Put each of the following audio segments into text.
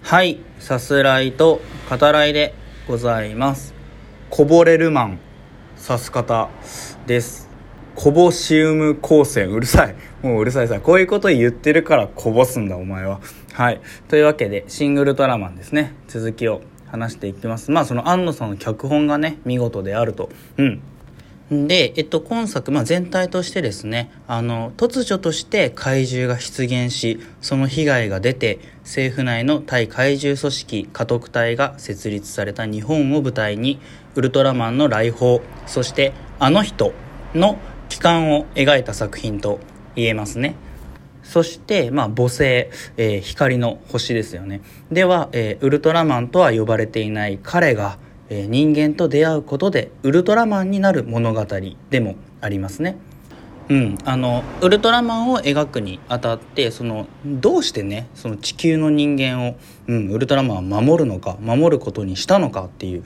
はい、さすらいと語らいでございます。こぼれるマンさす方です。こぼしウム光線、うるさい、もううるさいさ、こういうこと言ってるからこぼすんだお前は。はい、というわけでシングルトラマンですね、続きを話していきます。その庵野さんの脚本がね見事であると。で、今作、全体としてですね、突如として怪獣が出現し、その被害が出て、政府内の対怪獣組織家督隊が設立された日本を舞台に、ウルトラマンの来訪、そしてあの人の帰還を描いた作品と言えますね。そして、母星、光の星ですよね。では、ウルトラマンとは呼ばれていない彼が、人間と出会うことでウルトラマンになる物語でもありますね。ウルトラマンを描くにあたって、どうしてねその地球の人間を、ウルトラマンは守るのか、守ることにしたのかっていう、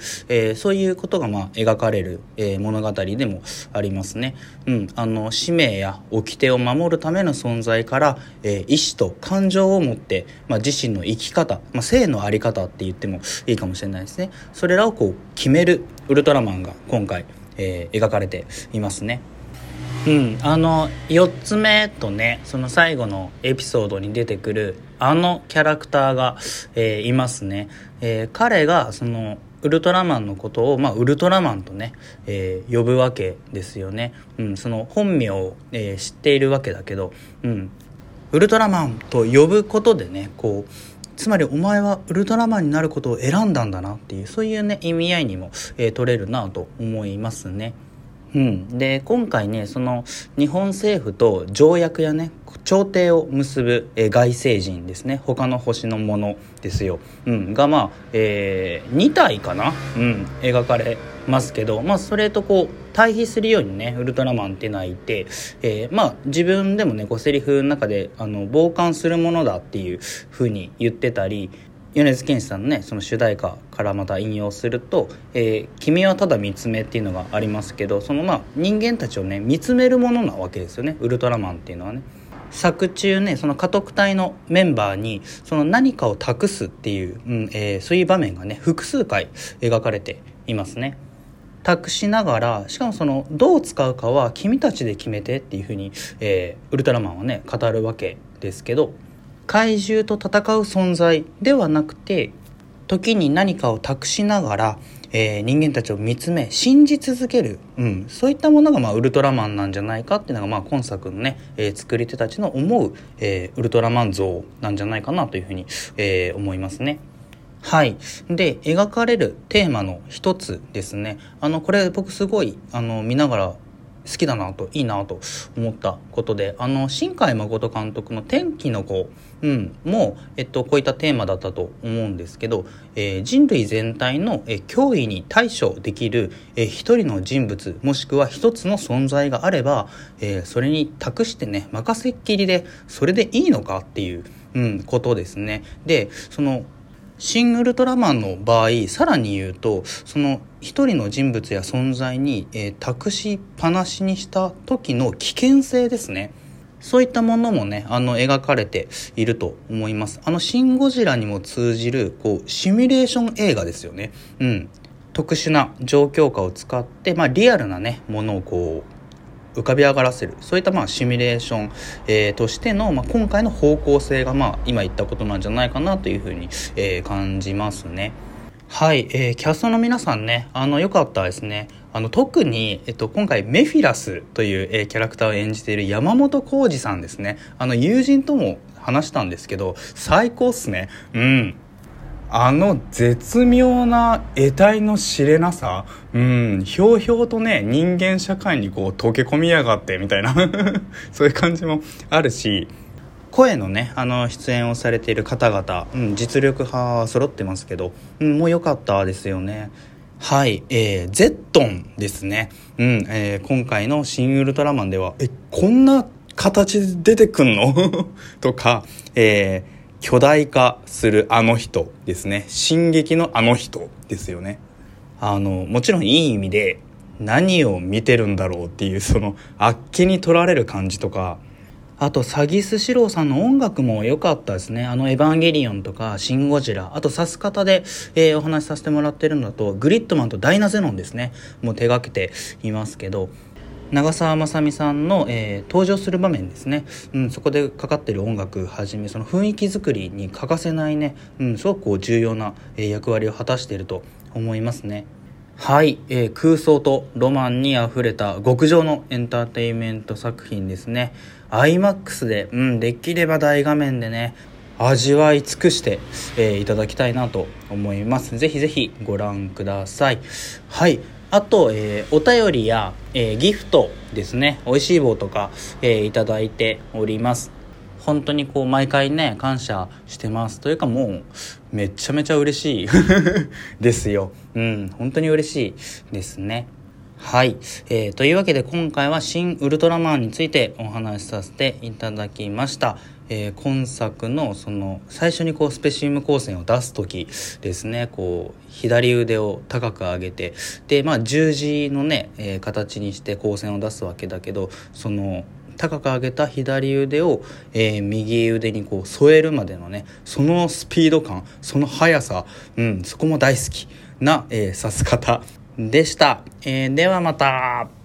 そういうことが描かれる、物語でもありますね。使命や掟を守るための存在から、意志と感情を持って、自身の生き方、生の在り方って言ってもいいかもしれないですね。それらを決めるウルトラマンが今回、描かれていますね。4つ目とね、その最後のエピソードに出てくるあのキャラクターが、いますね。彼がそのウルトラマンのことを、ウルトラマンとね、呼ぶわけですよね。その本名を、知っているわけだけど、ウルトラマンと呼ぶことでね、つまりお前はウルトラマンになることを選んだんだなっていう、そういうね意味合いにも、取れるなと思いますね。で今回ね、その日本政府と条約やね調停を結ぶ、外星人ですね、他の星のものですよ、が2体かな、描かれますけど、それと対比するようにねウルトラマンっていうのはいて、自分でもねセリフの中で傍観するものだっていう風に言ってたり、米津玄師さんのねその主題歌からまた引用すると、君はただ見つめっていうのがありますけど、その人間たちをね見つめるものなわけですよね、ウルトラマンっていうのはね。作中ねその家督隊のメンバーにその何かを託すっていう、そういう場面がね複数回描かれていますね。託しながら、しかもそのどう使うかは君たちで決めてっていう風に、ウルトラマンはね語るわけですけど、怪獣と戦う存在ではなくて、時に何かを託しながら、人間たちを見つめ信じ続ける、そういったものがウルトラマンなんじゃないかっていうのが今作のね、作り手たちの思う、ウルトラマン像なんじゃないかなというふうに、思いますね。はい。で、描かれるテーマの一つですね。これ僕すごい見ながら好きだなと、いいなと思ったことで、新海誠監督の天気の子、もこういったテーマだったと思うんですけど、人類全体の、脅威に対処できる、一人の人物もしくは一つの存在があれば、それに託してね任せっきりでそれでいいのかっていう、ことですね。で、そのシン・ウルトラマンの場合さらに言うと、その一人の人物や存在に、託しっぱなしにした時の危険性ですね、そういったものもね描かれていると思います。シン・ゴジラにも通じるシミュレーション映画ですよね。特殊な状況下を使って、リアルなねものを浮かび上がらせる、そういったシミュレーション、としての、今回の方向性が今言ったことなんじゃないかなというふうに、感じますね。はい、キャストの皆さんね良かったですね。特に、今回メフィラスという、キャラクターを演じている山本浩二さんですね。友人とも話したんですけど最高っすね。絶妙な得体の知れなさ、ひょうひょうとね人間社会に溶け込みやがってみたいなそういう感じもあるし、声のね出演をされている方々、実力派揃ってますけど、もう良かったですよね。はい、ゼットンですね。今回のシン・ウルトラマンではこんな形で出てくんのとか、巨大化するあの人ですね。進撃のあの人ですよね。もちろんいい意味で何を見てるんだろうっていうそのあっけに取られる感じとか、 あとサギスシローさんの音楽も良かったですね。エヴァンゲリオンとかシンゴジラ、あとサスカタで、お話しさせてもらってるのだとグリッドマンとダイナゼノンですね、もう手掛けていますけど、長澤まさみさんの、登場する場面ですね、そこでかかってる音楽はじめ、その雰囲気作りに欠かせないね、すごくこう重要な、役割を果たしていると思いますね。はい、空想とロマンにあふれた極上のエンターテインメント作品ですね。 IMAX で、できれば大画面でね味わい尽くして、いただきたいなと思います。ぜひぜひご覧ください。はい、あと、お便りや、ギフトですね、美味しい棒とか、いただいております。本当にこう毎回ね感謝してますというか、もうめちゃめちゃ嬉しいですよ。本当に嬉しいですね。はい、というわけで今回は新ウルトラマンについてお話しさせていただきました。今作のその最初にこうスペシウム光線を出す時ですね、こう左腕を高く上げて、で十字のね、形にして光線を出すわけだけど、その高く上げた左腕を、右腕にこう添えるまでのね、そのスピード感、その速さ、そこも大好きな、さす方でした。ではまた。